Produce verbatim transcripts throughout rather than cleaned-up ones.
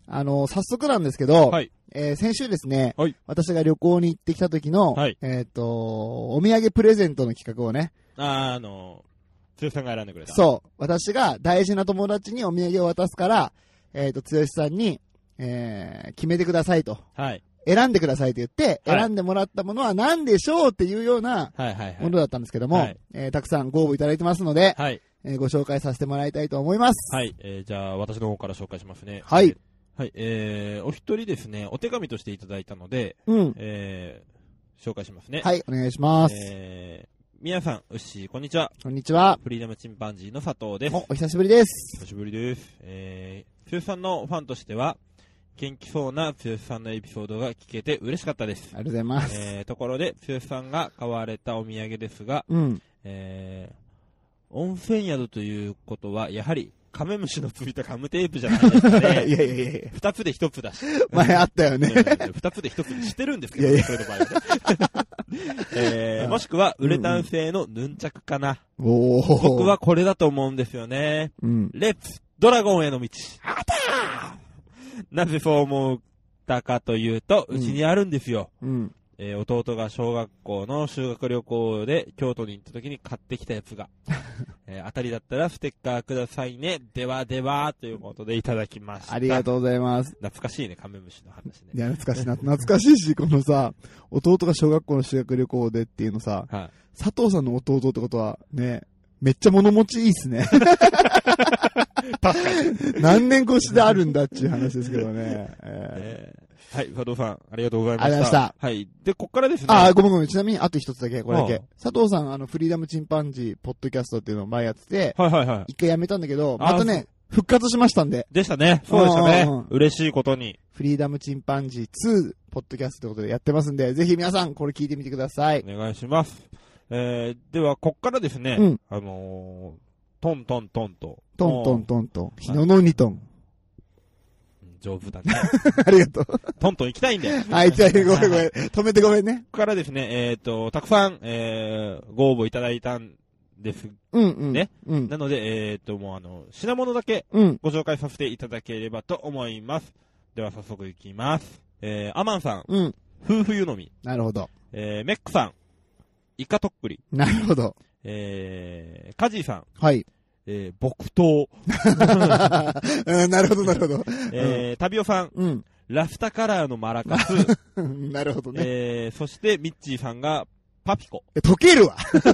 あのー、早速なんですけど、 はい。 えー、先週ですね、 はい。 私が旅行に行ってきた時の、 はい。 えっと、お土産プレゼントの企画をね、 あー、あのー、剛さんが選んでくれた。 そう、私が大事な友達にお土産を渡すから、えっと、剛さんに、えー、決めてくださいと。 はい。 選んでくださいと言って、 はい選んでもらったものは何でしょうっていうようなはいはいはい。 ものだったんですけども、 はいえー、たくさんご応募いただいてますので、 はい。 えーご紹介させてもらいたいと思います。 はい。えー、じゃあ、私の方から紹介しますね。 はい。 はい。えー、お一人ですね、お手紙としていただいたので、 うん。 えー、紹介しますね。 はい、お願いします。 えー、皆さん、うっしー、こんにちは。 こんにちは。 フリーダムチンパンジーの佐藤です。 お、お久しぶりです。 久しぶりです。えー、剛さんのファンとしては、元気そうな剛さんのエピソードが聞けて嬉しかったです。 ありがとうございます。 えー、ところで、剛さんが買われたお土産ですが、 うん。 えー、温泉宿ということは、やはり、カメムシのついたガムテープじゃないですかね。 いやいやいやいや。 二つで一つだし。 前あったよね。 二つで一つにしてるんですけど、 いやいやそれの場合はね。えー、もしくは、ウレタン製のヌンチャクかな。 おー。 僕はこれだと思うんですよね。 うん。 レッツ、ドラゴンへの道。あったーなぜそう思ったかというと、うちにあるんですよ。 うん。 えー、弟が小学校の修学旅行で京都に行った時に買ってきたやつが、えー、当たりだったらステッカーくださいね。ではでは、ということでいただきました。 ありがとうございます。 懐かしいね、カメムシの話ね。 いや、懐かしいな。懐かしいし、このさ、弟が小学校の修学旅行でっていうのさ、 はい、 佐藤さんの弟ってことは、ね、めっちゃ物持ちいいっすね。 確かに。 何年越しであるんだっていう話ですけどね。 えー、はい、佐藤さん、ありがとうございました。 ありがとうございました。 はい。で、こっからですね。 あ、ごめんごめん。ちなみに、あと一つだけ、これだけ。 ああ佐藤さん、あの、フリーダムチンパンジー、ポッドキャストっていうのを前やってて、 はいはいはい。 一回やめたんだけど、 あまたね、復活しましたんで。 でしたね。そうでしたねうんうんうん。 嬉しいことに。 フリーダムチンパンジーツー、ポッドキャストということでやってますんで、ぜひ皆さん、これ聞いてみてください。 お願いします。えー、では、こっからですね、 うん、 あのー、トントントンと。 トントントンと、日野のにトン。 上手だね。 ありがとう。 トントン行きたいんで。 はい、じゃあ、ごめんごめん。止めてごめんね。 ここからですね、えっ、ー、と、たくさん、えー、ご応募いただいたんです。 うんうん。 ね。 うん。 なので、えっ、ー、と、もうあの、品物だけうん。 ご紹介させていただければと思います。では、早速いきます。えー、アマンさん。 うん。 夫婦湯飲み。 なるほど。 えー、メックさん。イカとっくり。 なるほど。 えー、カジーさん。 はい。 えー、木刀。 うん、なるほど、なるほど。 えー、タビオさん。 うん。 ラフタカラーのマラカス。 なるほどね。 えー、そして、ミッチーさんが、パピコ。 溶けるわ。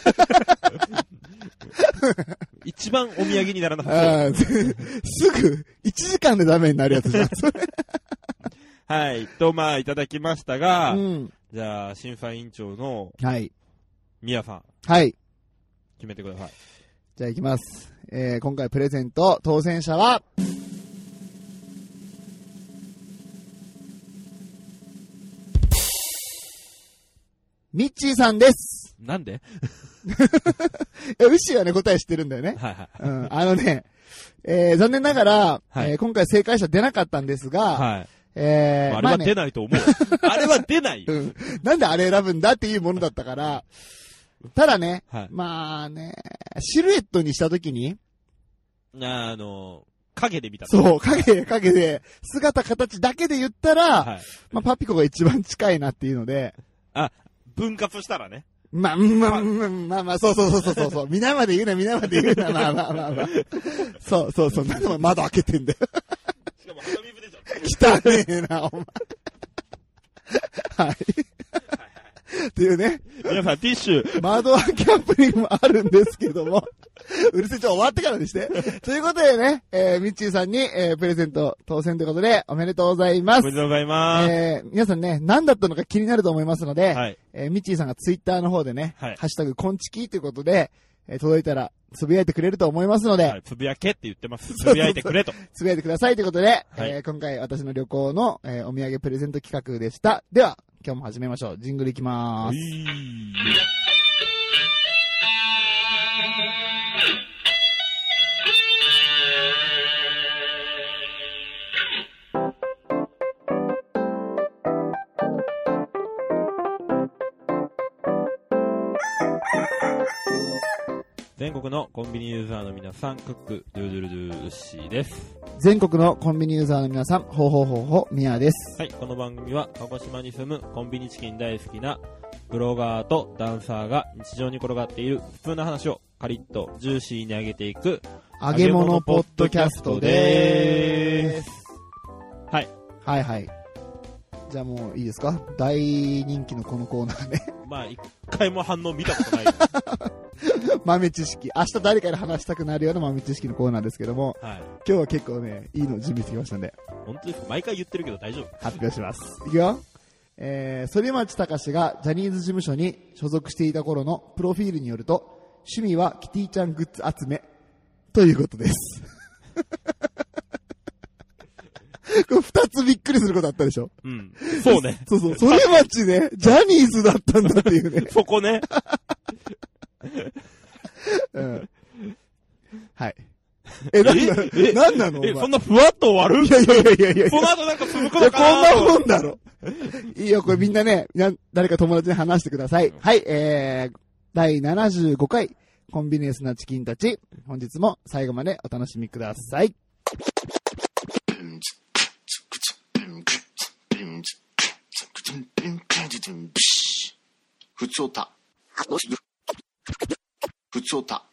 一番お土産にならなかった。 すぐ、いちじかんでダメになるやつじゃん。 はい。と、まあ、いただきましたが、 うん、 じゃあ、審査委員長の、 はい。 ミヤさん。 はい。 決めてください。 じゃあ行きます。えー、今回プレゼント、当選者は、ミッチーさんです。 なんでいや、ウッシーはね、答え知ってるんだよね。 はいはい。 うん、あのね、えー、残念ながら、 はいえー、今回正解者出なかったんですが、 はい。 えー、 あれは出ないと思う。あれは出ないうん。なんであれ選ぶんだっていうものだったから、ただね、 はい、 まあね、シルエットにしたときに、 あの、影で見た。 そう、影、影で、姿形だけで言ったら、 はい、 まあパピコが一番近いなっていうので、 あ、分割したらね。 まあ、まあ、まあ、まあ、そうそうそうそうそう、皆まで言うな、皆まで言うな、まあまあまあまあ。そうそうそう、なんで窓開けてんだよ。 しかも鼻水出ちゃう。汚ねえな、お前。はい。っていうね。 皆さん、ティッシュ。 窓開けアプリもあるんですけども。うるせえ、ちょ、終わってからにして。ということでね、えー、ミッチーさんに、えー、プレゼント当選ということで、おめでとうございます。 おめでとうございます。 えー、皆さんね、何だったのか気になると思いますので、 はい。 えー、ミッチーさんがツイッターの方でね、 はい、 ハッシュタグ、コンチキということで、えー、届いたら、つぶやいてくれると思いますので、 はい、つぶやけって言ってます。つぶやいてくれと。 つぶやいてくださいということで、 はい、 えー、今回私の旅行の、えー、お土産プレゼント企画でした。では、今日も始めましょう。ジングルいきまーす。 全国のコンビニユーザーの皆さん、クック、ドゥードゥルドゥーッシーです。 全国のコンビニユーザーの皆さん、ほうほうほうほう、みやです。 はい、この番組は鹿児島に住むコンビニチキン大好きなブロガーとダンサーが日常に転がっている普通な話をカリッとジューシーに上げていく揚げ物ポッドキャストでーす。 はい。 はいはい。じゃあもういいですか？大人気のこのコーナーね。 まあ一回も反応見たことない。 豆知識。明日誰かに話したくなるような豆知識のコーナーですけども、はい、今日は結構ね、いいの準備してきましたんで。 本当ですか？毎回言ってるけど大丈夫？ 発表します。いくよ。えー、反町隆史がジャニーズ事務所に所属していた頃のプロフィールによると、趣味はキティちゃんグッズ集めということです。これ二つびっくりすることあったでしょ？ うん。そうね。 そうそう。反町ね、ジャニーズだったんだっていうね。 そこね。 うん。はい。え、なんなのえ、なんなのえ、そんなふわっと終わる？ いやいやいやいやいや。 その後なんか続くのかな？ こんなもんだろ。いいよ、これみんなね、誰か友達に話してください。はい、えー、だいななじゅうごかい、コンビニエンスなチキンたち。本日も最後までお楽しみください。ふつおた。ふつおた。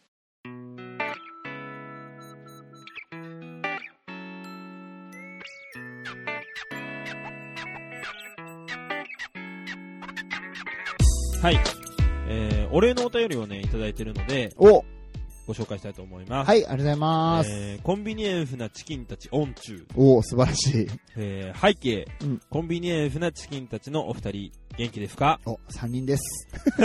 はい。えー、お礼のお便りをね、いただいているので、 おご紹介したいと思います。 はい、ありがとうございます。 えー、コンビニエンスなチキンたちオン中。 お素晴らしい。 えー、背景、 うん、 コンビニエンスなチキンたちのお二人、元気ですか？ お、三人です。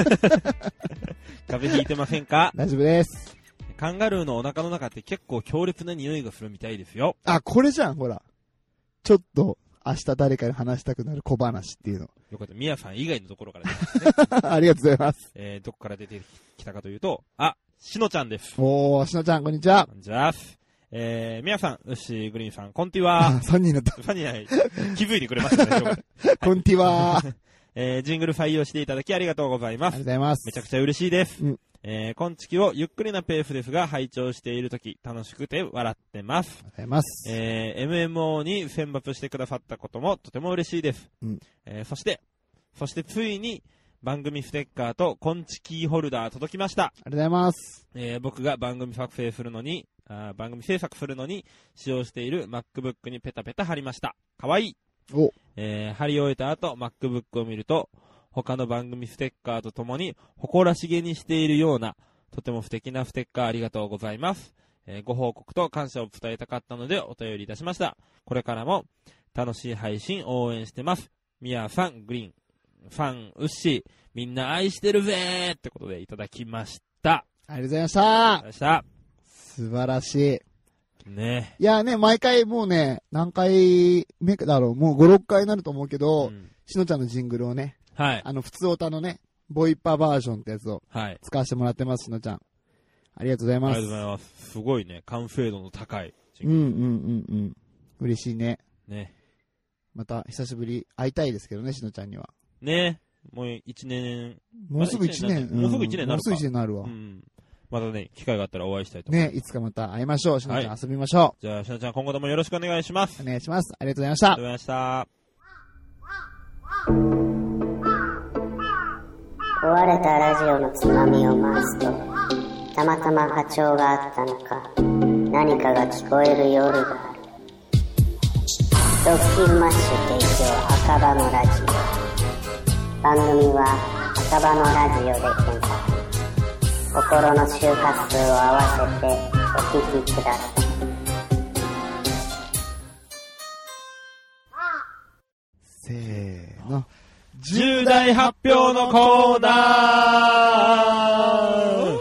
風邪ひいてませんか？ 大丈夫です。 カンガルーのお腹の中って結構強烈な匂いがするみたいですよ。 あ、これじゃん、ほら。ちょっと、明日誰かに話したくなる小話っていうの。 よかった。ミヤさん以外のところから出てきますね。 ありがとうございます。 えー、どこから出てきたかというと、あ、しのちゃんです。 おー、しのちゃん、こんにちは。 こんにちは。えー、ミヤさん、ウッシー、グリーンさん、こんてぃは。 さんにんになった。 さんにんない。気づいてくれましたね。 こんてぃは。 えー、ジングル採用していただきありがとうございます。 ありがとうございます。 めちゃくちゃ嬉しいです。 うん。 えー、今月をゆっくりなペースですが、拝聴しているとき、楽しくて笑ってます。 ありがとうございます。 えー、エムエムオー に選抜してくださったこともとても嬉しいです。 うん。 えー、そして、そしてついに番組ステッカーとコンチキーホルダー届きました。 ありがとうございます。 えー、僕が番組作成するのに、あ番組制作するのに使用している MacBook にペタペタ貼りました。かわいい。 お。 えー、貼り終えた後、MacBook を見ると、他の番組ステッカーとともに誇らしげにしているような、とても素敵なステッカーありがとうございます。えー、ご報告と感謝を伝えたかったのでお便りいたしました。これからも楽しい配信応援してます。ミヤさん、グリーン、ファン、ウッシー、みんな愛してるぜーってことでいただきました。 ありがとうございました。 ありがとうございました。 素晴らしい。 ねいやね、毎回もうね、何回目だろう、もうご、ろっかいになると思うけど、うん、しのちゃんのジングルをね、 はい。 あの、普通歌のね、ボイパーバージョンってやつを使わせてもらってます、しのちゃん。ありがとうございます。 ありがとうございます。すごいね、完成度の高い。 うんうんうんうん。嬉しいね。 ね。 また久しぶり会いたいですけどね、しのちゃんには。 ね。もう一年。 もうすぐ一年。 もうすぐ一年になるか。 もうすぐ一年になるわ。 うん。またね、機会があったらお会いしたいと思います。 ね、いつかまた会いましょう。しのちゃん、はい、遊びましょう。じゃあ、しのちゃん今後ともよろしくお願いします。 お願いします。ありがとうございました。 ありがとうございました。 壊れたラジオのつまみを回すと、たまたま波長があったのか、何かが聞こえる夜がある。ドッキンマッシュ提供赤羽のラジオ。番組は赤羽のラジオで検索。心の周波数を合わせてお聞きください。 せーの。 重大発表のコーナー。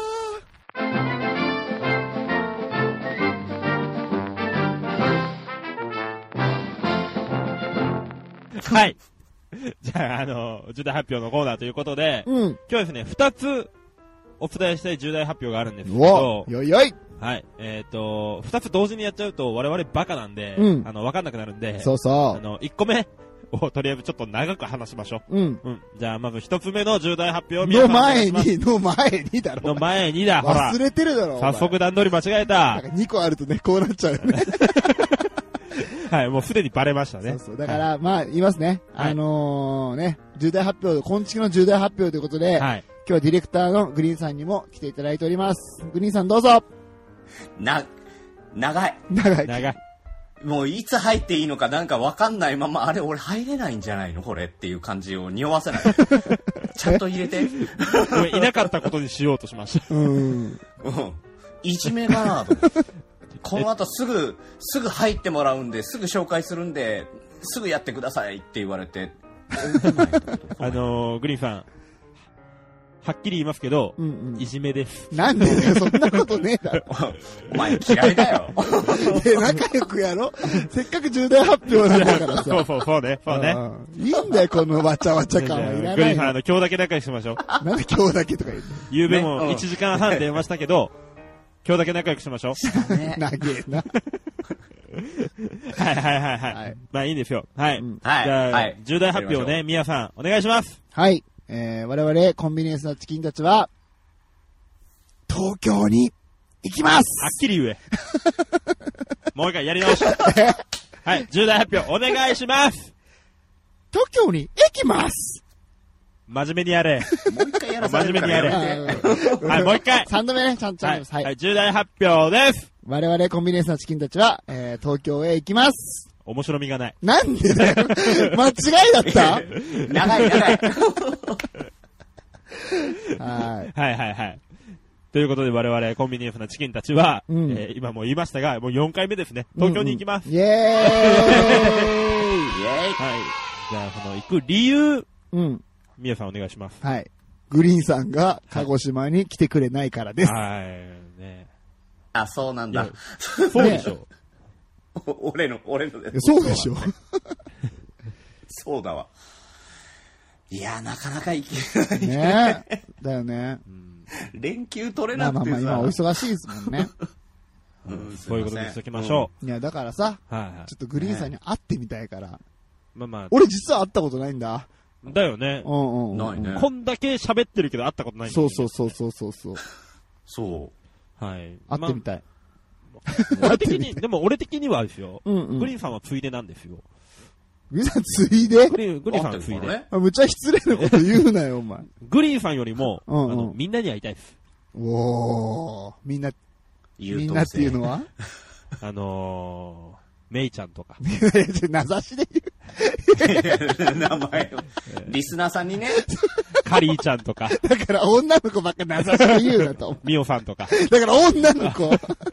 はい。じゃあ、あの、重大発表のコーナーということで、 うん、 今日はですね、二つお伝えしたい重大発表があるんですけど、 よいよい。 はい。えっ、ー、と、二つ同時にやっちゃうと我々バカなんで、うん、あの、わかんなくなるんで、 そうそう。 あの、一個目、 をとりあえずちょっと長く話しましょうん。 う。うん。じゃあまず一つ目の重大発表を皆さのんお願い前します。 に、の前にだろ。 の前にだ、ほら忘。れてるだろ。お前早速段取り間違えた。 なんかにこあるとね、こうなっちゃうよね。 はい、もうすでにバレましたね。 そうそう。だから、まあ、言いますね。 はいあのー、ね、重大発表、今月の重大発表ということで、 はい。 今日はディレクターのグリーンさんにも来ていただいております。グリーンさんどうぞ。 な、長い。 長い。 長い。 もういつ入っていいのかなんかわかんないまま、あれ俺入れないんじゃないのこれっていう感じを匂わせない。ちゃんと入れて。 ごめんいなかったことにしようとしました。 うん。 うん。いじめだなぁと。この後すぐ、すぐ入ってもらうんで、すぐ紹介するんで、すぐやってくださいって言われて。 あのー、グリーンさん、はっきり言いますけど、 うんうん。 いじめです。 なんでだよ、そんなことねえだろ。 お前嫌いだよ。 で、仲良くやろせっかく重大発表なんだからさ。 そうそう、そうね、そうね。 うんいいんだよ、このわちゃわちゃ感はいらグリーンさん、あないの。 の、今日だけ仲良くしましょう。 なんで今日だけとか言って。 夕べねうんもいちじかんはん電話したけど、今日だけ仲良くしましょう。 ね長えな。 はいはいはいはい。 はいまあいいんですよ。はい。 うんはいじゃあ、 はい重大発表をね、みやさん、お願いします。 はい。えー、我々コンビニエンスなチキンたちは、東京に行きますはっきり言え。もう一回やり直し。はい、重大発表、お願いします。 東京に行きます真面目にやれ。 もう一回やらされるから真面目にやれはい、もう一回。 三度目ね、ちゃんちゃはい、 んと。はい。 はい、重大発表です。 我々コンビニエンスなチキンたちは、えー、東京へ行きます。 面白みがない。 なんでだよ。間違いだった長い長い。 はい。 はいはいはい。ということで我々コンビニエンスなチキンたちは、 うんえー今も言いましたが、もうよんかいめですね。東京に行きます。 イエーイイエーイ。 はい。じゃあ、その、行く理由、 うん。 みやさんお願いします。 はい。グリーンさんが鹿児島に来てくれないからです。 はい。ね。 あ、そうなんだいや。そうでしょ。 俺の、俺のでいやそうでしょ。 そうだわ。いや、なかなか行けない。 ねえ。だよね。 連休取れまあまあなくてさ。 まあ今お忙しいですもんね。 うんそういうことにしときましょいや、だからさ、 う。はいはいちょ。っとグリーンさんに会ってみたいから。 まあま俺実は会ったことないんだ。 あ、だよねう。んうん。 ないねこんだけ喋ってるけど会ったことないんだよねそうそうそうそうそうそう。 そう。 はい。 会ってみたい。 まあ俺的に、でも俺的にはですよ。 うんうん。 グリーンさんはついでなんですよ。 グリーンさんついでグリーン、グリーンさんはついで。 合ってるからね。 あむちゃ失礼なこと言うなよ、お前。 グリーンさんよりも、あうんうんの、みんなに会いたいです。 おー。みんな、 言みんなっていうのはあのー、メイちゃんとか。 名指しで言う。 名前を。リスナーさんにね。 カリーちゃんとか、 だから女の子ばっか名指しで言うなと思ミオさんとか。 う。だから女の子。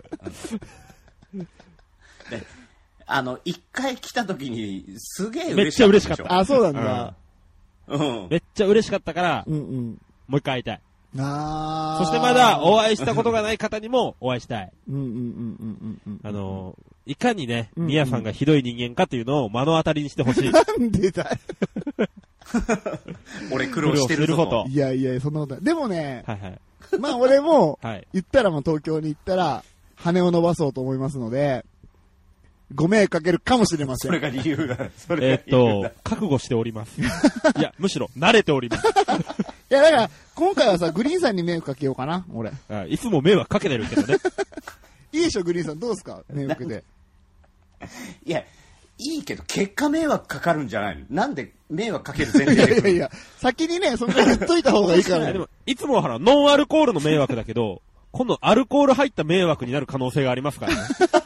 あの、一回来た時に、すげえめっ嬉しちゃ嬉しかっかったた。 あ、そうなんだ。 うん。 めっちゃ嬉しかったから、 うんうん。 もう一回会いたい。 あー。 そしてまだお会いしたことがない方にもお会いしたい。 うんうんうんうんうんうん。 あのー、いかにね、 うんうんミヤさんがひどい人間かっていうのを目の当たりにしてほしい。 なんでだよ。 俺苦労してるぞ苦労してることいやいや、そんなことない。でもね、 はいはい。 まあ俺も、 はい。 言ったらもう東京に行ったら、羽を伸ばそうと思いますので、ご迷惑かけるかもしれません。 それが理由だ。それえーっが理由だと。、覚悟しております。いや、むしろ、慣れております。 いや、だから、今回はさ、グリーンさんに迷惑かけようかな、俺。 あいつも迷惑かけてるけどね。 いいでしょ、グリーンさん。どうですか迷惑で。 いや、いいけど、結果迷惑かかるんじゃないの？なんで迷惑かける前提いやで来るいやいや、先にね、そんな言っといた方がいいからね。 でも、いつもはほら、ノンアルコールの迷惑だけど、今度アルコール入った迷惑になる可能性がありますからね。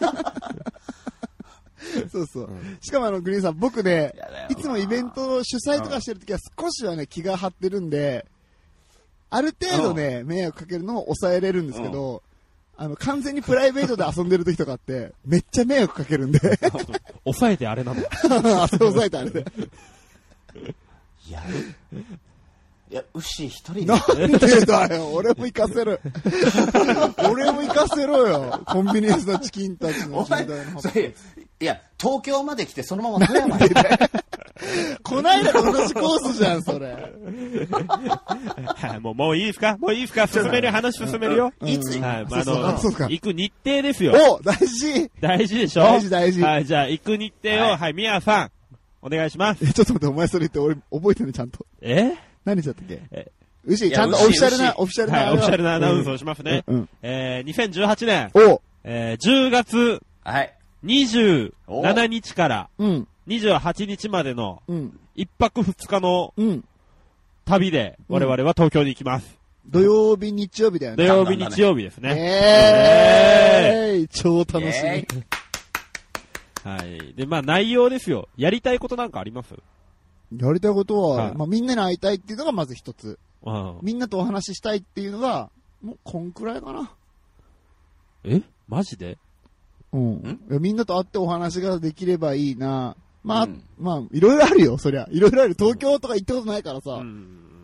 そうそう。しかもあの、グリーンさん、僕ねやだよ、 いつもイベントの主催とかしてるときは少しはね、気が張ってるんで、ある程度ね、迷惑かけるのを抑えれるんですけど、あの、完全にプライベートで遊んでる時とかって、めっちゃ迷惑かけるんで、 抑えてあれなの。 あそれ抑えたあれで。 いや、いや、牛一人で。 なんでだよ、俺も行かせる。俺も行かせろよ。コンビニエンスのチキンたちのお前重大な、 それ、いや、東京まで来てそのまま富山に。 こないだと同じコースじゃん、それ。 はい、もう、もういいですかもういいですか進める話進めるよ。 いつ、 はい、まあ、あそうそうの、 そうか行く日程ですよ。 お大事大事でしょ大事大事はい、じゃあ、行く日程を、 はいはい、みやさん、 お願いします。 え、ちょっと待って、お前それ言って俺覚えてるね、ちゃんと。 え何しちゃったっけえうし、ちゃんとオフィシャルな、オフィシャルな。 はい、オフィシャルなアナウンスをしますね。 うん。 えー、にせんじゅうはちねん。 おえー、じゅうがつ。 はい。 にじゅうしちにちから。 うん。 にじゅうはちにちまでの。 うん。 一泊二日の。 うん。 旅で、我々は東京に行きます。 土曜日、日曜日だよね。 土曜日、日曜日ですね。 えーい超楽しみ。 はい。で、まあ内容ですよ。やりたいことなんかあります？ やりたいことは、 はい、 まあみんなに会いたいっていうのがまず一つ。 うん、 みんなとお話ししたいっていうのが、もうこんくらいかな。 えマジで？ うん。いやみんなと会ってお話ができればいいな。まあ、 うん、 まあ、いろいろあるよ、そりゃ。いろいろある。東京とか行ったことないからさ。うん、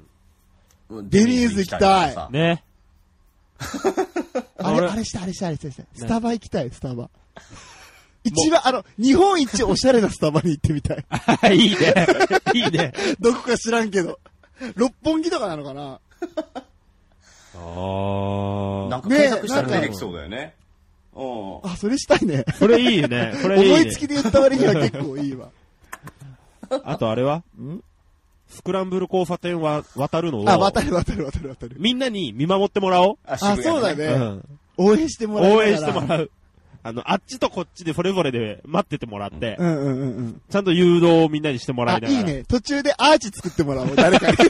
デニーズ行きたい。 ね。 あれ、あれした、あれした、あれした、した。スタバ行きたい、スタバ。一番、あの、日本一おしゃれなスタバに行ってみたい。 いいね。いいね。 どこか知らんけど。六本木とかなのかな。 ああ。 なんか検索したら出てきそうだよね。うん。 あ、それしたいね。 それいいね。これいいね。 思いつきで言った割には結構いいわ。 あとあれはんスクランブル交差点は渡るのを。 あ、渡る渡る渡る渡る。 みんなに見守ってもらおう。 あ、そうだね。うん、応援してもらう。 応援してもらう。あの、あっちとこっちでそれぞれで待っててもらって、 うんうんうんうん、ちゃんと誘導をみんなにしてもらいながら。 あ、いいね。途中でアーチ作ってもらおう、誰かに。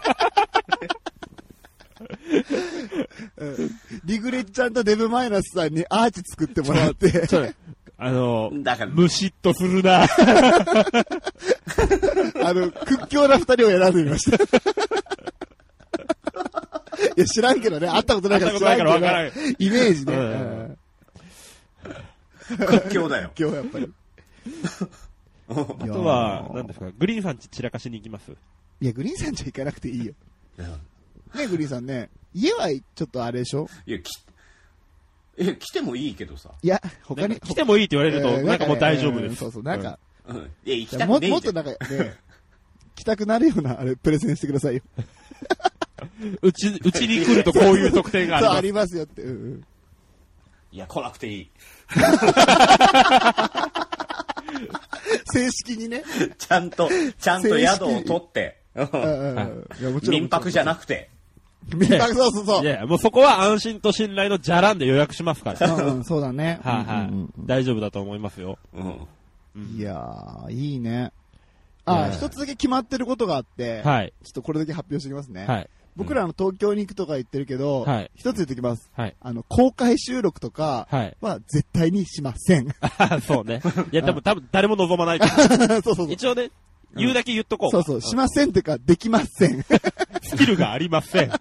うん、リグレッちゃんとデブマイナスさんにアーチ作ってもらって。 あの、だからむしっとするな。あの、屈強な二人を選んでみました。いや、知らんけどね。会ったことないから知らんけど、ね、イメージね。うん屈強だよ。 今日やっぱり。 あとは、何ですか、グリーンさんち散らかしに行きます？ いや、グリーンさんち行かなくていいよ。ね、グリーンさんね。家はちょっとあれでしょ？ いや、き、え、来てもいいけどさ。 いや、他に。 来てもいいって言われると、えー、なんかもう大丈夫です。 そうそう、なんか。 うん。いや、行きたくねえ。 もっとなんかね、来たくなるような、あれ、プレゼンしてくださいよ。 うち、うちに来るとこういう特典がある。 そう、ありますよって。うんうん。 いや、来なくていい。 正式にね。 ちゃんと、ちゃんと宿を取って。民泊じゃなくて。 民泊、そうそうそう。 いや、もうそこは安心と信頼のじゃらんで予約しますから。 うん、そうだね。 はいはい。大丈夫だと思いますよ。 うん。 いやー、いいね。あ、一つだけ決まってることがあって、はい。ちょっとこれだけ発表しておきますね。はい。僕らの東京に行くとか言ってるけど、はい、一つ言ってきます。はい、あの、公開収録とかは絶対にしません。 はい、そうね。いや、多分、多分誰も望まないけど。そうそうそう。一応ね、言うだけ言っとこう。 そうそう、しませんってか、できません。 スキルがありません。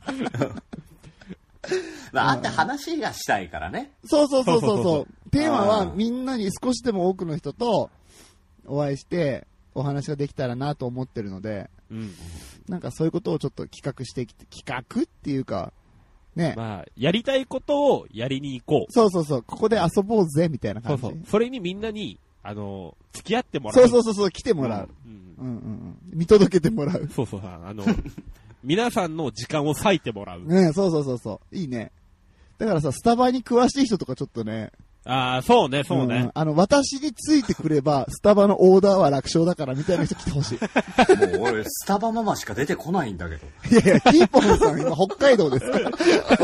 まあ、あって話がしたいからね。 そうそうそうそうそう。テーマはみんなに少しでも多くの人とお会いしてお話ができたらなと思ってるので、うん、なんかそういうことをちょっと企画してきて、企画っていうか、ね。 まあ、やりたいことをやりに行こう。 そうそうそう。ここで遊ぼうぜ、みたいな感じ。 そうそう。それにみんなに、あの、付き合ってもらう。 そうそうそうそう、来てもらう。うん。うんうんうん。見届けてもらう。 そうそう、あの、皆さんの時間を割いてもらう。 ね、そうそうそうそう。いいね。だからさ、スタバに詳しい人とかちょっとね。 ああ、そうね、そうね、 うん。あの、私についてくれば、スタバのオーダーは楽勝だから、みたいな人来てほしい。 もう俺、スタバママしか出てこないんだけど。 いやいや、キーポンさん今北海道ですから。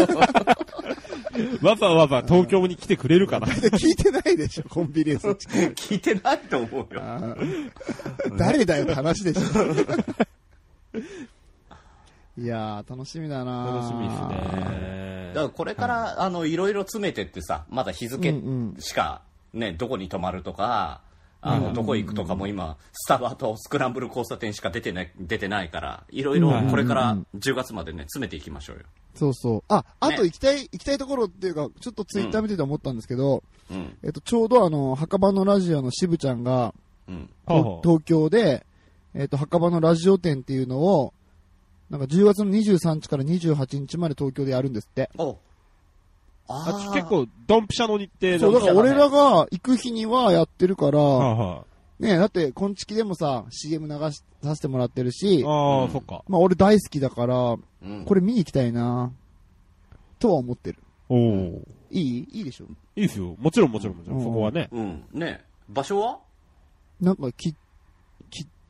わざわざ東京に来てくれるかな。 聞いてないでしょ、コンビニエンス。 聞いてないと思うよ。 誰だよって話でしょ。いやー、楽しみだなー。 楽しみですね。 だからこれから、はい、あの、いろいろ詰めてってさ、まだ日付しか、ね、うんうん、どこに泊まるとか、あの、どこ行くとかも今、スタバとスクランブル交差点しか出てない、出てないから、いろいろこれからじゅうがつまでね、詰めていきましょうよ。 そうそう。あ、あと行きたい、ね、行きたいところっていうか、ちょっとツイッター見てて思ったんですけど、うん、えっと、ちょうどあの、墓場のラジオの渋ちゃんが、うん、東京で、えっと、墓場のラジオ展っていうのを、なんかじゅうがつのにじゅうさんにちからにじゅうはちにちまで東京でやるんですって。 おあ結構、ドンピシャの日程そう、だから俺らが行く日にはやってるから、 はあはあ、 ねえ、だって、こんちきでもさ、シーエム 流しさせてもらってるし、 ああ、 うん、 そっか。 まあ俺大好きだから、うん、これ見に行きたいなとは思ってる。 おお。 いいいいでしょいいですよ。もちろんもちろんもちろん、そこはね。 うん。ね場所はなんか、き、き、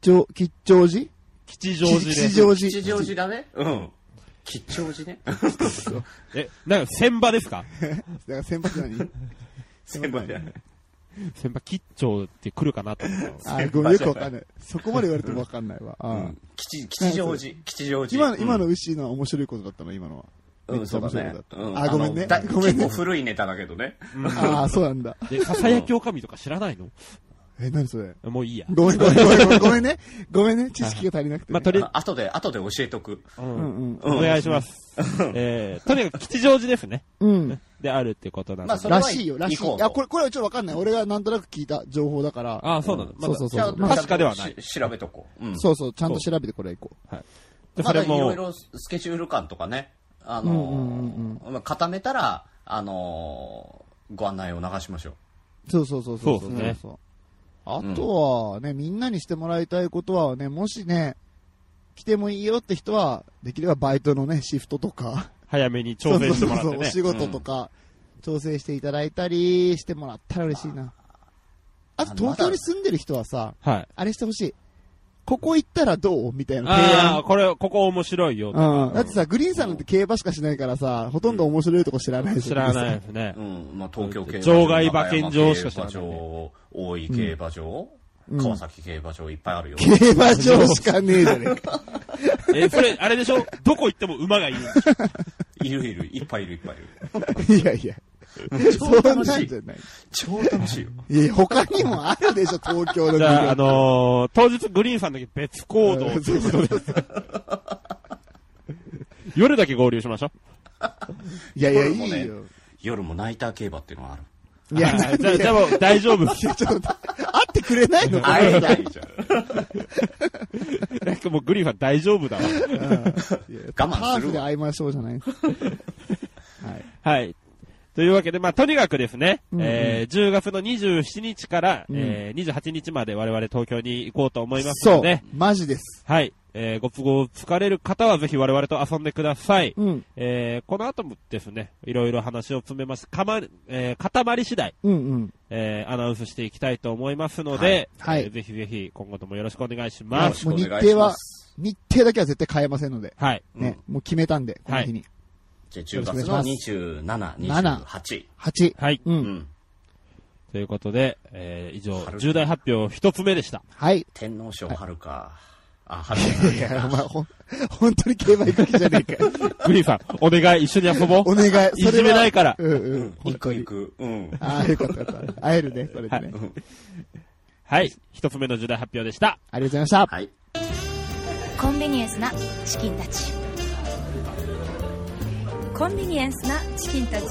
張、吉祥寺吉祥寺で。 吉祥寺。 吉祥寺だね。うん。吉祥寺ね。 え、なんか、千場ですか？ だから千葉って何？ 千葉じゃない。 千葉吉祥って来るかなと思った。 あ、ごめん、よくわかんない。そこまで言われてもわかんないわ。 うん。吉、吉祥寺。吉祥寺。 今の、今の牛のは面白いことだったの、今のは。 うん、そうだね。 あ、ごめんね。ごめんね。 結構古いネタだけどね。 ああ、そうなんだ。 で、ささやきおかみとか知らないの？ え、何それ？ もういいや。 ごめん、ごめん、ごめん、ごめんね。ごめんね、知識が足りなくて。 まあ、とりあえず、 後で、後で教えとく。 うんうん。お願いします。えー、とにかく吉祥寺ですね。 うん。 であるってことなんで。 らしいよ、らしい。いや、これ、これはちょっとわかんない。俺がなんとなく聞いた情報だから。 ああ、そうなの。 そうそうそう。 確かではない。 調べとこう。 そうそう、ちゃんと調べてこれいこう。はい。 で、それも。いろいろスケジュール感とかね。あのー、固めたら、あのー、ご案内を流しましょう。そうそうそうそう。 そうですね。 あとはね、みんなにしてもらいたいことはね、もしね、来てもいいよって人は、できればバイトのね、シフトとか。 早めに調整してもらってね。そうそうそう、 お仕事とか、調整していただいたりしてもらったら嬉しいな。あと、東京に住んでる人はさ、 はい。 あれしてほしい。ここ行ったらどうみたいな提案。 ああ、これ、ここ面白いよ。 うん。だってさ、グリーンさんなんて競馬しかしないからさ、ほとんど面白いとこ知らないですよね。知らないですね。 うん。まあ、東京競馬場。 場外馬券場しか知らない。 大井競馬場、川崎競馬場いっぱいあるよ。 競馬場しかねえじゃねえか。 え、それ、あれでしょ？どこ行っても馬がいる。 いるいる。いっぱいいるいっぱいいる。いやいや。 超楽しい。 じゃない。 超楽しいよ。 いや、他にもあるでしょ、東京の。 じゃあ、あのー、当日グリーンさんだけ別行動。夜だけ合流しましょう。いやいや、いいよ。 夜もナイター競馬っていうのがある。 いや、 じゃあ、じゃあもう大丈夫。 ちょっと、会ってくれないのか会えないじゃん。なんかもうグリーンさん大丈夫だわ。我慢する。ハーフで会いましょうじゃない。はい。 はい。というわけで、まあ、とにかくですね、うんうん、えー、じゅうがつのにじゅうしちにちから、うん、えー、にじゅうはちにちまで我々東京に行こうと思いますので。 そう、マジです。 はい。えー、ご都合疲れる方はぜひ我々と遊んでください。 うん、 えー、この後もですね、いろいろ話を詰めます。かま、えー、固まり次第、 うんうん、 えー、アナウンスしていきたいと思いますので、 はい。 えー、ぜひぜひ今後ともよろしくお願いします。 もう日程は、日程だけは絶対変えませんので。 はい。 ね、うん、もう決めたんで、この日に。はい、 じゃあじゅうがつのにじゅうしち、にじゅうはち。 はち。 はい。 うん。 ということで、えー、以上、重大発表一つ目でした。 はい。 天皇賞春か。はい、あ、 春か。いや、お前、ほん、本当に競馬行く気じゃねえか。 グリーンさん、お願い、一緒に遊ぼう。 お願い。 いじめないから。 うんうん。 行く行く。うん。 ああ、よかったよかった。会えるね、それでね。 はい。一つ目の重大発表でした。 ありがとうございました。 はい。 コンビニエンスなチキンたち。コンビニエンスなチキンたち。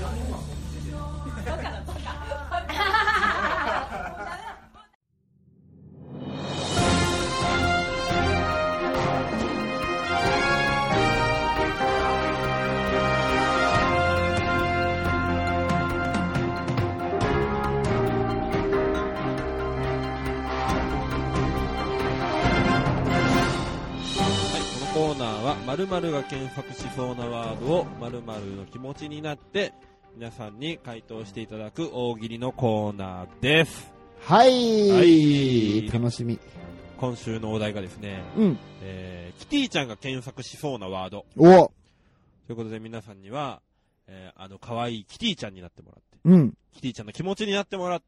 コーナーは〇〇が検索しそうなワードを〇〇の気持ちになって皆さんに回答していただく大喜利のコーナーです。 はい、はい、楽しみ。 今週のお題がですね、 うん、 えー、キティちゃんが検索しそうなワード。 おということで皆さんには、えー、あの可愛いキティちゃんになってもらって、 うん、 キティちゃんの気持ちになってもらって、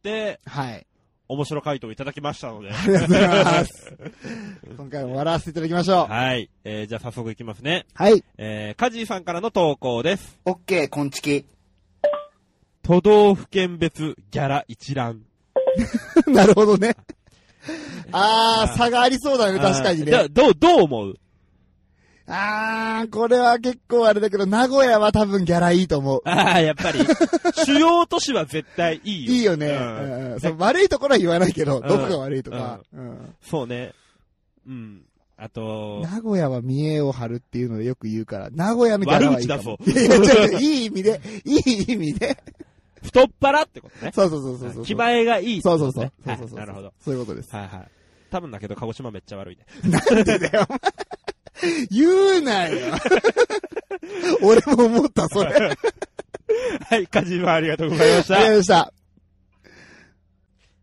はい。 面白回答をいただきましたので。 ありがとうございます。今回も笑わせていただきましょう。 はい。えー、じゃあ早速いきますね。 はい。 えー、カジーさんからの投稿です。 オッケー、こんちき。 都道府県別ギャラ一覧。 なるほどね。あー、差がありそうだね、確かにね。 じゃあ、どう、どう思う？ あー、これは結構あれだけど、名古屋は多分ギャラいいと思う。 あー、やっぱり。主要都市は絶対いいよ。 いいよね。うんうん、そう悪いところは言わないけど、うん、どこが悪いとか、うんうん。 そうね。うん。あと、 名古屋は見栄を張るっていうのでよく言うから、名古屋みたいなのはいいかも。 悪口だぞ。 いやいや、いい意味で、いい意味で。 太っ腹ってことね。 そうそうそうそうそう。 気前がいい、ね。 そうそうそう。そうそうそう。 なるほど。 そういうことです。 はいはい。多分だけど、鹿児島めっちゃ悪いね。 なんでだよ、お前。言うなよ。俺も思った、それ。 はい、カジマありがとうございました。 ありがとうございました。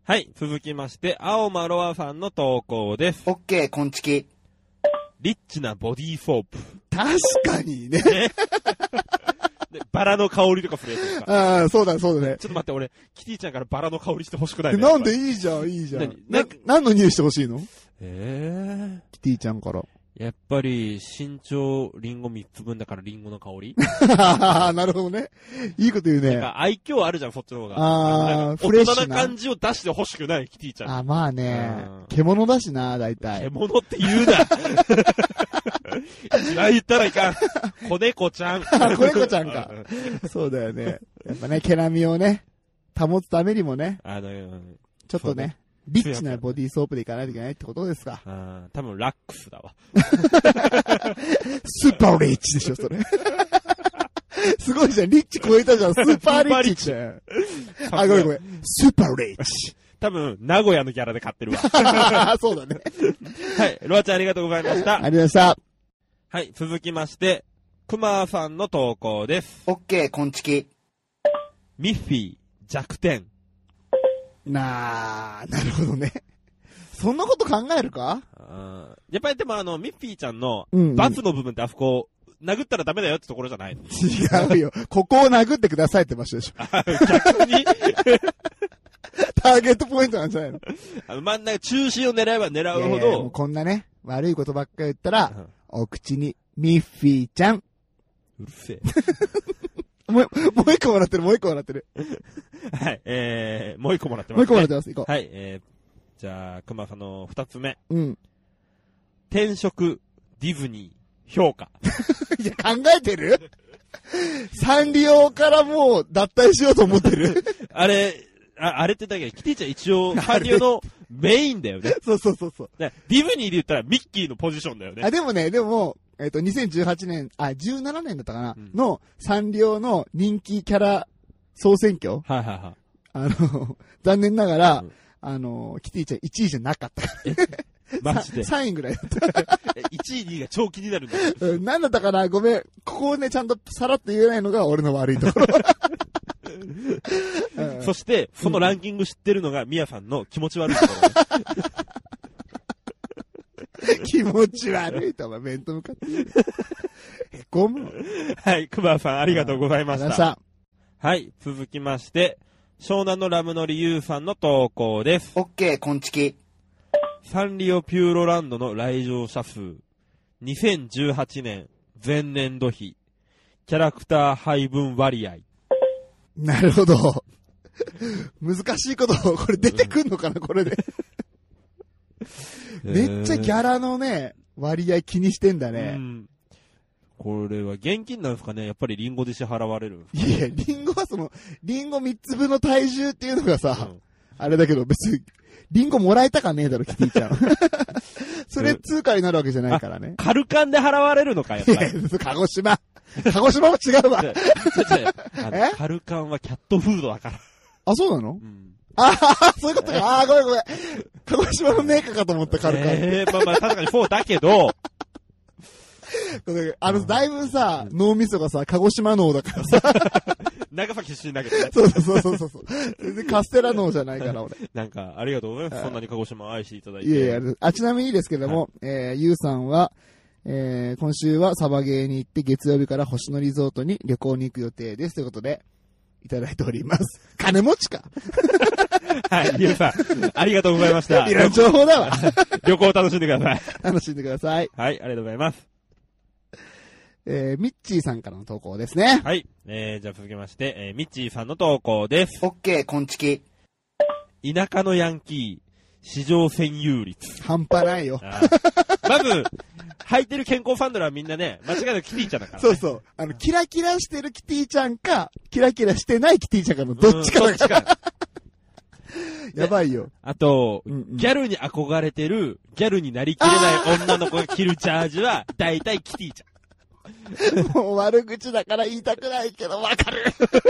はい、続きまして、青マロアさんの投稿です。 オッケー、こんちき。 リッチなボディーソープ。 確かにね。 ねでバラの香りとかするやつですか。 ああ、そうだ、そうだね。 ちょっと待って、俺、キティちゃんからバラの香りして欲しくないね。 なんでいいじゃん、いいじゃん。 何な、何の匂いしてほしいの？ えキティちゃんから。 やっぱり、身長リンゴみっつぶんだからリンゴの香りなるほどね。いいこと言うね。 なんか愛嬌あるじゃん、そっちの方が。 ああ、フレッシュな。 大人な感じを出して欲しくない、キティちゃん。 あ、まあねうん。 獣だしな、大体。 獣って言うな。一番言ったらいかん。子猫ちゃん。 あ、子猫ちゃんか。そうだよね。やっぱね、毛並みをね、保つためにもね、 あの、 ちょっとね、リッチなボディーソープでいかないといけないってことですか。 あ多分ラックスだわ。 スーパーリッチでしょ、それ。すごいじゃん、リッチ超えたじゃん、スーパーリッチって。あ、ごめんごめん。スーパーリッチ。 多分、名古屋のギャラで買ってるわ。 そうだね。 はい、ロアちゃんありがとうございました。 ありがとうございました。 はい、続きまして、クマさんの投稿です。 オッケー、こんちき。 ミッフィー、弱点。 なー、なるほどね。そんなこと考えるか？ あやっぱりでもあの、ミッフィーちゃんの、 うんうんバツの部分ってあそこ、殴ったらダメだよってところじゃないの？ 違うよ。ここを殴ってくださいって場所でしょ。 逆にターゲットポイントなんじゃないの？ あの真ん中、中心を狙えば狙うほいやいやもうど、 こんなね、悪いことばっかり言ったら、 うんお口に、ミッフィーちゃん。 うるせえ。 もう、もう一個もらってる、もう一個もらってる。 はい、えー、もう一個もらってます、ね。 もう一個もらってます、行こはい、えー、じゃあ、熊さんの二つ目。 う。うん。 転職、ディズニー、評価。 いや、考えてる？サンリオからもう脱退しようと思ってる？ あれ、ああれってだけど、キティちゃん一応、サンリオのメインだよね。 そうそうそうそう。 ねディズニーで言ったらミッキーのポジションだよね。 あ、でもね、でも、えっと、にせんじゅうはちねん、あ、じゅうななねんだったかな、 うんのサンリオの人気キャラ総選挙はいはいはい。 あの、残念ながら、 うんあの、キティちゃんいちいじゃなかった。 マジで。 さんいぐらいだった。 いちい、にいが超気になるんだよ。 うん、なんだったかなごめん。ここをね、ちゃんとさらっと言えないのが俺の悪いところ。うんそして、そのランキング知ってるのが、ミヤさんの気持ち悪いところ。 気持ち悪いと、お前、面と向かって言う。へこむ。 はい、クマさんありがとうございまありがとうごしざいましたた。はい、続きまして、湘南のラムノリユウさんの投稿です。 オッケー、こんちき。 サンリオピューロランドの来場者数、にせんじゅうはちねん前年度比、キャラクター配分割合。 なるほど。難しいこと、これ出てくんのかな、これで。めっちゃギャラのね、割合気にしてんだうね。 ん。これは現金なんですかねやっぱりリンゴで支払われるんですかいや、リンゴはその、リンゴみっつぶんの体重っていうのがさ、 うんあれだけど別に、リンゴもらえたかねえだろ、キティちゃん。それ通貨になるわけじゃないからね。 カルカンで払われるのかやっぱいやり。 鹿児島。鹿児島も違うわ。 違う違う違うあのえカルカンはキャットフードだから。 あ、そうなの？ うんああ、そういうことか。ああ、ごめんごめん。鹿児島のメーカーかと思った、カルカン。 ええまあまあ確かにそうだけど、 あの、だいぶさ、脳みそがさ、鹿児島脳だからさ。 長崎出身だけどね。 そうそうそうそうそう。全然カステラ脳じゃないから、俺。 なんか、ありがとうございます。そんなに鹿児島を愛していただいて。 いやいや、あ、ちなみにですけども、えー、ゆうさんは、えー、今週はサバゲーに行って月曜日から星野リゾートに旅行に行く予定です。ということで、いただいております。金持ちか。 はい、ゆうさん、ありがとうございました。 いらん情報だわ。 旅行を楽しんでください。 楽しんでください。 はい、ありがとうございます。 えー、ミッチーさんからの投稿ですね。 はい、えー、じゃあ続きまして、えー、ミッチーさんの投稿です。 オッケー、こんちき。 田舎のヤンキー、市場占有率。 半端ないよ。 あーまず、履いてる健康ファンドラはみんなね、間違いなくキティちゃんだから、ね。 そうそう。あの、キラキラしてるキティちゃんか、キラキラしてないキティちゃんかのどっちかうんどっちだから。 か。 やばいよ。 あと、 うんうんギャルに憧れてる、ギャルになりきれない女の子が着るチャージは、だいたいキティちゃん。 もう悪口だから言いたくないけど、わかる。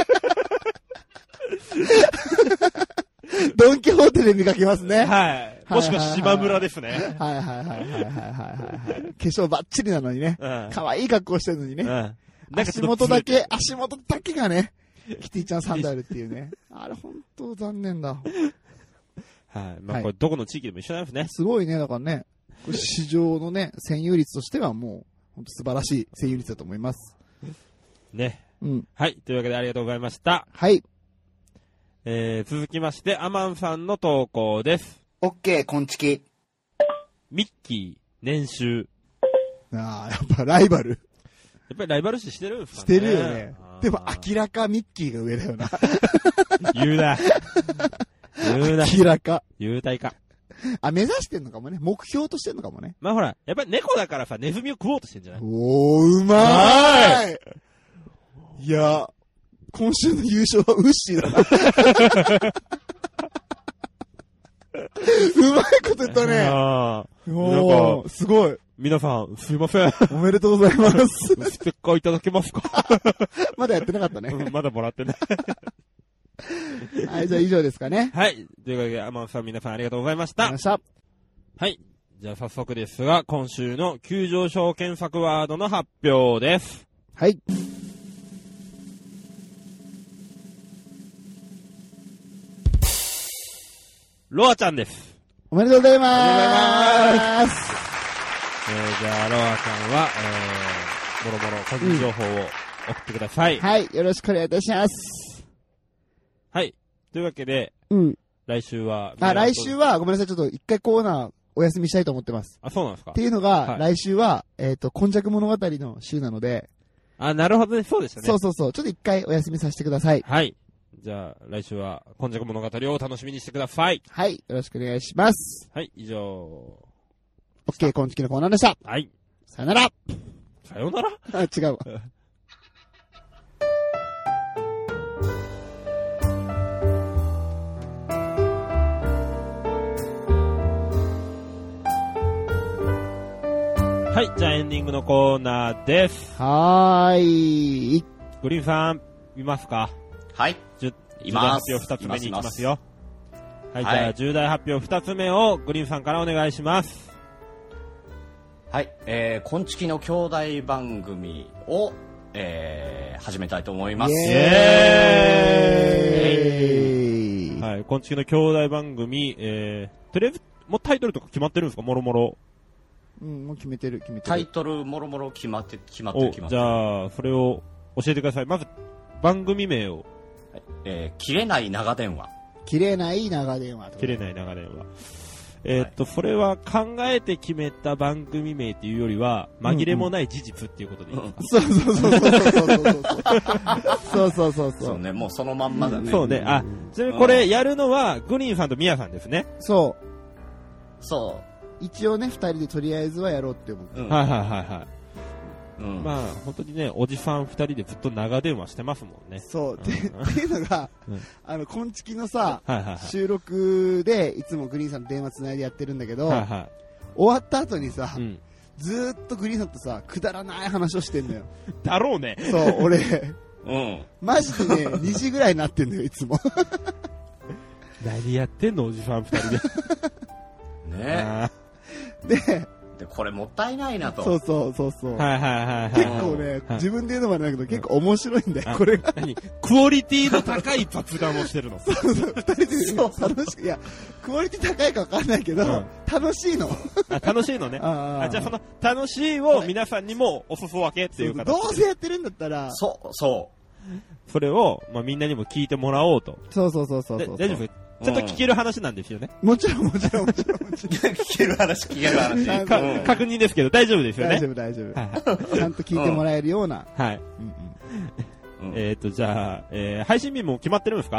ドンキホーテで見かけますね。はいはい。もしくは島村ですね。 はいはいはいはいはいはいはい。化粧バッチリなのにね。 うん。 可愛い格好してるのにね。 うん。なんか足元だけ、足元だけがね、キティちゃんサンダルっていうね。あれほんと残念だ。 はい。まあ、 はいこれどこの地域でも一緒なんですね。 すごいね、だからね、これ市場のね、占有率としてはもう、本当素晴らしい占有率だと思います。 ね。 うん。 はい。というわけでありがとうございました。 はい。 えー、続きまして、アマンさんの投稿です。 オッケー、こんちき。 ミッキー、年収。 ああ、やっぱライバル。 やっぱりライバル視してるんですかね。 してるよね。でも明らかミッキーが上だよな。 言うな。言うな。 明らか。 言うたいか。 あ、目指してんのかもね。目標としてんのかもね。 まあほら、やっぱり猫だからさ、ネズミを食おうとしてんじゃない？ おー、うまーい。いや、今週の優勝はウッシーだな。うまいこと言ったね。 ああ。 おー、すごい。 皆さん、すいません。 おめでとうございます。 ステッカーいただけますか？ まだやってなかったね。 うん、まだもらってない。 はい、じゃあ以上ですかね。 はい。というわけで、アマンさん皆さんありがとうございました。 ありがとうございました。 はい。じゃあ早速ですが、今週の急上昇検索ワードの発表です。 はい。 ロアちゃんです。 おめでとうございまーす。 えー、じゃあ、ロアちゃんは、えー、もろもろ個人情報を送ってください。 うん、はい、よろしくお願いいたします。 はい。というわけで、 うん。 来週は、 あ、来週は、ごめんなさい、ちょっと一回コーナーお休みしたいと思ってます。 あ、そうなんですか。 っていうのが、 はい、 来週は、えっと、今昔物語の週なので。 あ、なるほどね、そうでしたね。 そうそうそう、ちょっと一回お休みさせてください。 はい。じゃあ、来週は、今昔物語を楽しみにしてください。 はい、よろしくお願いします。 はい、以上。 OK、今月のコーナーでした。 はい。 さよなら。 さよなら？ あ、違うわ。 はい、じゃあエンディングのコーナーです。 はーい。 グリーンさん、見ますか？ はい。 じゅいます。 重大発表二つ目に行きますよ。はい、 はい、 じゃあ重大発表二つ目をグリーンさんからお願いします。 はい、えー、こんちきの兄弟番組を、えー、始めたいと思います。イエーイ。 はい、こんちきの兄弟番組、えー、テレビ、もうタイトルとか決まってるんですか？もろもろ。 うん、もう決めてる、決めてる。 タイトルもろもろ決まって、決まってる、決まってる。 る。 じゃあ、それを教えてください。まず、番組名を。 はい、えー、切れない長電話。 切れない長電話。 切れない長電話。えー、っと、はい、それは考えて決めた番組名っていうよりは、紛れもない事実っていうことでいいですか？ うんうん、そうそうそうそうそうそう。そうそうそうそう。 そうね、もうそのまんまだね。 そうね。あ、ちなみにこれやるのは、グリーンさんとミヤさんですね。 そう。 そう。 一応ね、二人でとりあえずはやろうって思って。 うん、はいはいはいはい。 うん、 まあ、本当にね、おじさん二人でずっと長電話してますもんね。 そう。うん、っていうのが、うん、あの、今月のさ、 はいはいはい、 収録で、いつもグリーンさんと電話つないでやってるんだけど、 はいはい、 終わった後にさ、 うん、 ずーっとグリーンさんとさ、くだらない話をしてんのよ。 だろうね。 そう、俺、 うん。 マジでね、にじぐらいになってんのよ、いつも。 何やってんの、おじさん二人で。 ねで、 で、これもったいないなと。 そうそうそうそう。 はいはいはい、はい。 結構ね、はい、自分で言うのもあれだけど、結構面白いんだよ、これが。 何クオリティの高い雑談をしてるの。 そうそう、二人で、そう、楽しい。いや、クオリティ高いかわかんないけど、うん、楽しいの。 あ、楽しいのね。ああ、じゃあその、楽しいを皆さんにもお裾分けっていう形で。 どうせやってるんだったら、 そう、そう。 それを、まあ、みんなにも聞いてもらおうと。 そうそうそうそうそう。 大丈夫？ちゃんと聞ける話なんですよね。 もちろんもちろんもちろんもちろん。 聞ける話、聞ける話。 かうん、確認ですけど大丈夫ですよね。 大丈夫大丈夫。ちゃんと聞いてもらえるような。 はい。うんうん、えっと、じゃあ、えー、配信日も決まってるんですか？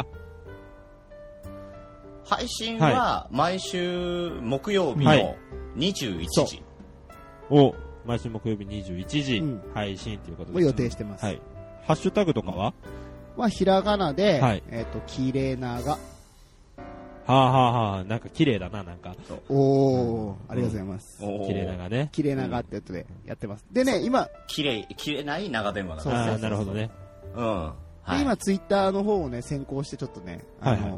配信は毎週木曜日のにじゅういちじ。 はい、お、毎週木曜日にじゅういちじ、うん、配信ということで。 もう予定してます。 はい。ハッシュタグとかは？ まあ、ひらがなで、 はい、 えっと、きれいなが。 はあはあはあ、なんか綺麗だな、なんか。 おー、ありがとうございます。 綺麗ながね。 綺麗ながってやつでやってます。でね、今。 綺麗、綺麗ない長電話だね。ああ、なるほどね。 うん。はい、で、今、ツイッターの方をね、先行してちょっとね、あのーはいはい、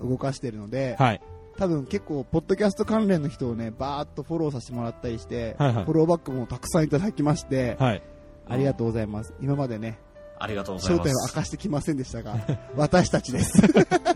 動かしてるので、 はい。 多分結構、ポッドキャスト関連の人をね、バーっとフォローさせてもらったりして、 はいはい、 フォローバックもたくさんいただきまして、 はい。 ありがとうございます。今までね、 ありがとうございます。 正体を明かしてきませんでしたが、私たちです。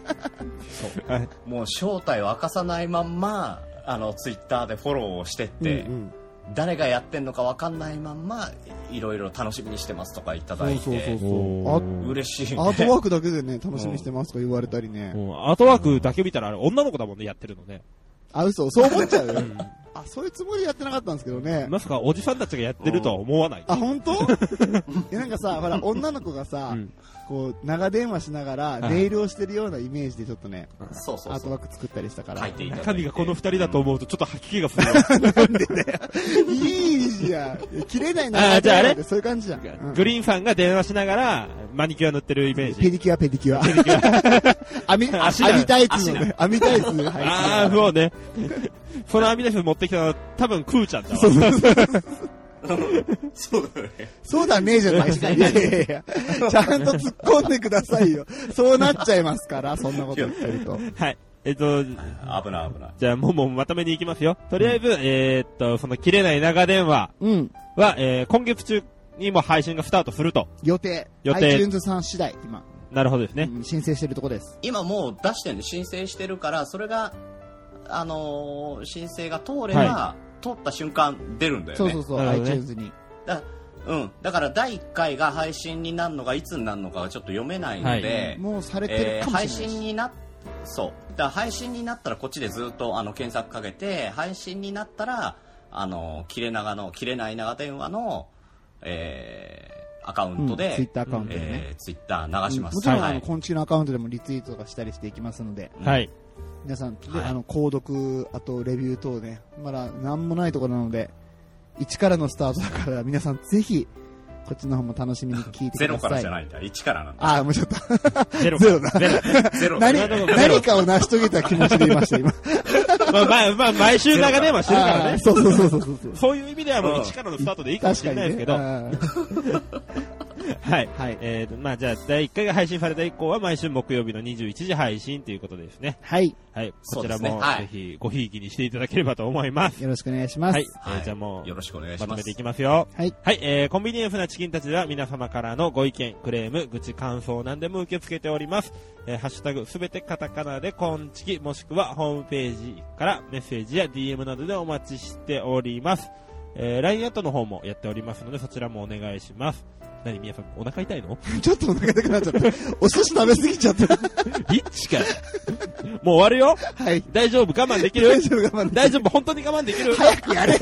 そうはいもう正体を明かさないまんまあのツイッターでフォローをしてって、 うんうん誰がやってんのか分かんないまんまいろいろ楽しみにしてますとかいただいて、 そうそうそうおそう。あー嬉しいね。 アートワークだけでね、楽しみにしてますとか言われたりね。 うんアートワークだけ見たらあれ女の子だもんね、やってるのね。 あ、嘘、そう思っちゃうよん。 あ、そういうつもりでやってなかったんですけどね。 まさかおじさんたちがやってるとは思わない。 あ、本当？いやなんかさ、ほら、女の子がさ、 うんこう、長電話しながら、 はいネイルをしてるようなイメージでちょっとね、 そうそうそうアートワーク作ったりしたから。 書いていただいて中身がこの二人だと思うとちょっと吐き気がするわ。 いいじゃん。切れないあなーじゃああれそういう感じじゃん。うんグリーンさんが電話しながらマニキュア塗ってるイメージ。 ペディキュア、ペディキュア。網、 足だ網タイツのね、網タイツ入ってるああ、そうね。その網タイツ持ってきたのは多分クーちゃんだわ。 そうそうそう。 そうだね。 そうだねえじゃないですか。いやいやいやちゃんと突っ込んでくださいよ。そうなっちゃいますから、そんなこと言ってると。 はい。えっと、 危ない危ない。 じゃあもうもうまとめに行きますよ。とりあえず、えーっと、その切れない長電話うん。 は、えー今月中にも配信がスタートすると。 予定。 予定 iTunes さん次第、今。 なるほどですね。 うん申請してるとこです。 今もう出してるんで申請してるからそれがあのー申請が通れば、 は通った瞬間出るんだよね。 そうそうそう、 なるほどね iTunes に。 だうん、だからだいいっかいが配信になるのがいつになるのかがちょっと読めないので、 もうされてるえー配かもしれないし。 信になそうだから配信になったらこっちでずっとあの検索かけて配信になったらあの切れ長の切れない長電話の、えーアカウントで、 うん Twitter アカウントでねえー、ツイッター流します。 もちろん、 はいあの、昆虫のアカウントでもリツイートとかしたりしていきますので、 はい。 皆さん、ではいあの、購読、あと、レビュー等ね、まだなんもないところなので、一からのスタートだから、皆さんぜひ、こっちの方も楽しみに聞いてください。 ゼロからじゃないんだいちからなんだ。 ああ、もうちょっと。 ゼロ。 ゼロだ。 ゼロ。 ゼロ何、 ゼロ何かを成し遂げた気持ちでいました、今。 まあ、まあ、まあ、毎週長電話してるからね。 あーそうそうそうそうそう。 そういう意味ではもう一からのスタートでいいかもしれないですけど。 確かにねはい。 はいえーと、まあ、じゃあ、だいいっかいが配信された以降は毎週木曜日のにじゅういちじ配信ということですね。 はい。 はい。 そうこちらも、 ですねはいぜひ、ごひいきにしていただければと思います。 よろしくお願いします。 はい。えはいーじゃあもう、 よろしくお願いします。 まとめていきますよ。 はい。 はい、えー、コンビニエンスなチキンたちでは皆様からのご意見、クレーム、愚痴、感想何でも受け付けております。えー、ハッシュタグすべてカタカナでコンチキ、もしくはホームページからメッセージや ディーエム などでお待ちしております。えー、ライン アットの方もやっておりますのでそちらもお願いします。何、皆さんお腹痛いの？ ちょっとお腹痛くなっちゃった。お寿司食べ過ぎちゃった。 リッチかよ。もう終わるよ。 はい。 大丈夫？我慢できる？ 大丈夫、我慢で大丈夫？本当に我慢できる？ 早くやれよ。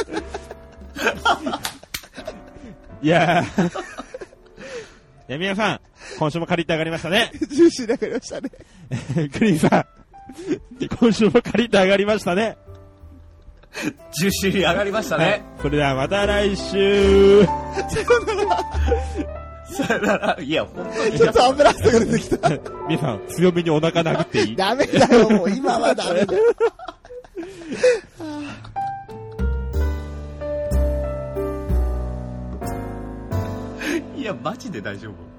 いやー。いや、皆さん、今週も借りて上がりましたね。 ジューシーになりましたね。 グリーンさん、今週も借りて上がりましたね。 ジューシーに上がりましたはいね。。 それではまた来週。 さよなら。いや、本当に。 ちょっと油汗が出てきた。 皆さん、強めにお腹殴っていい？ ダメだよ、もう今はダメだよ。 いや、マジで大丈夫。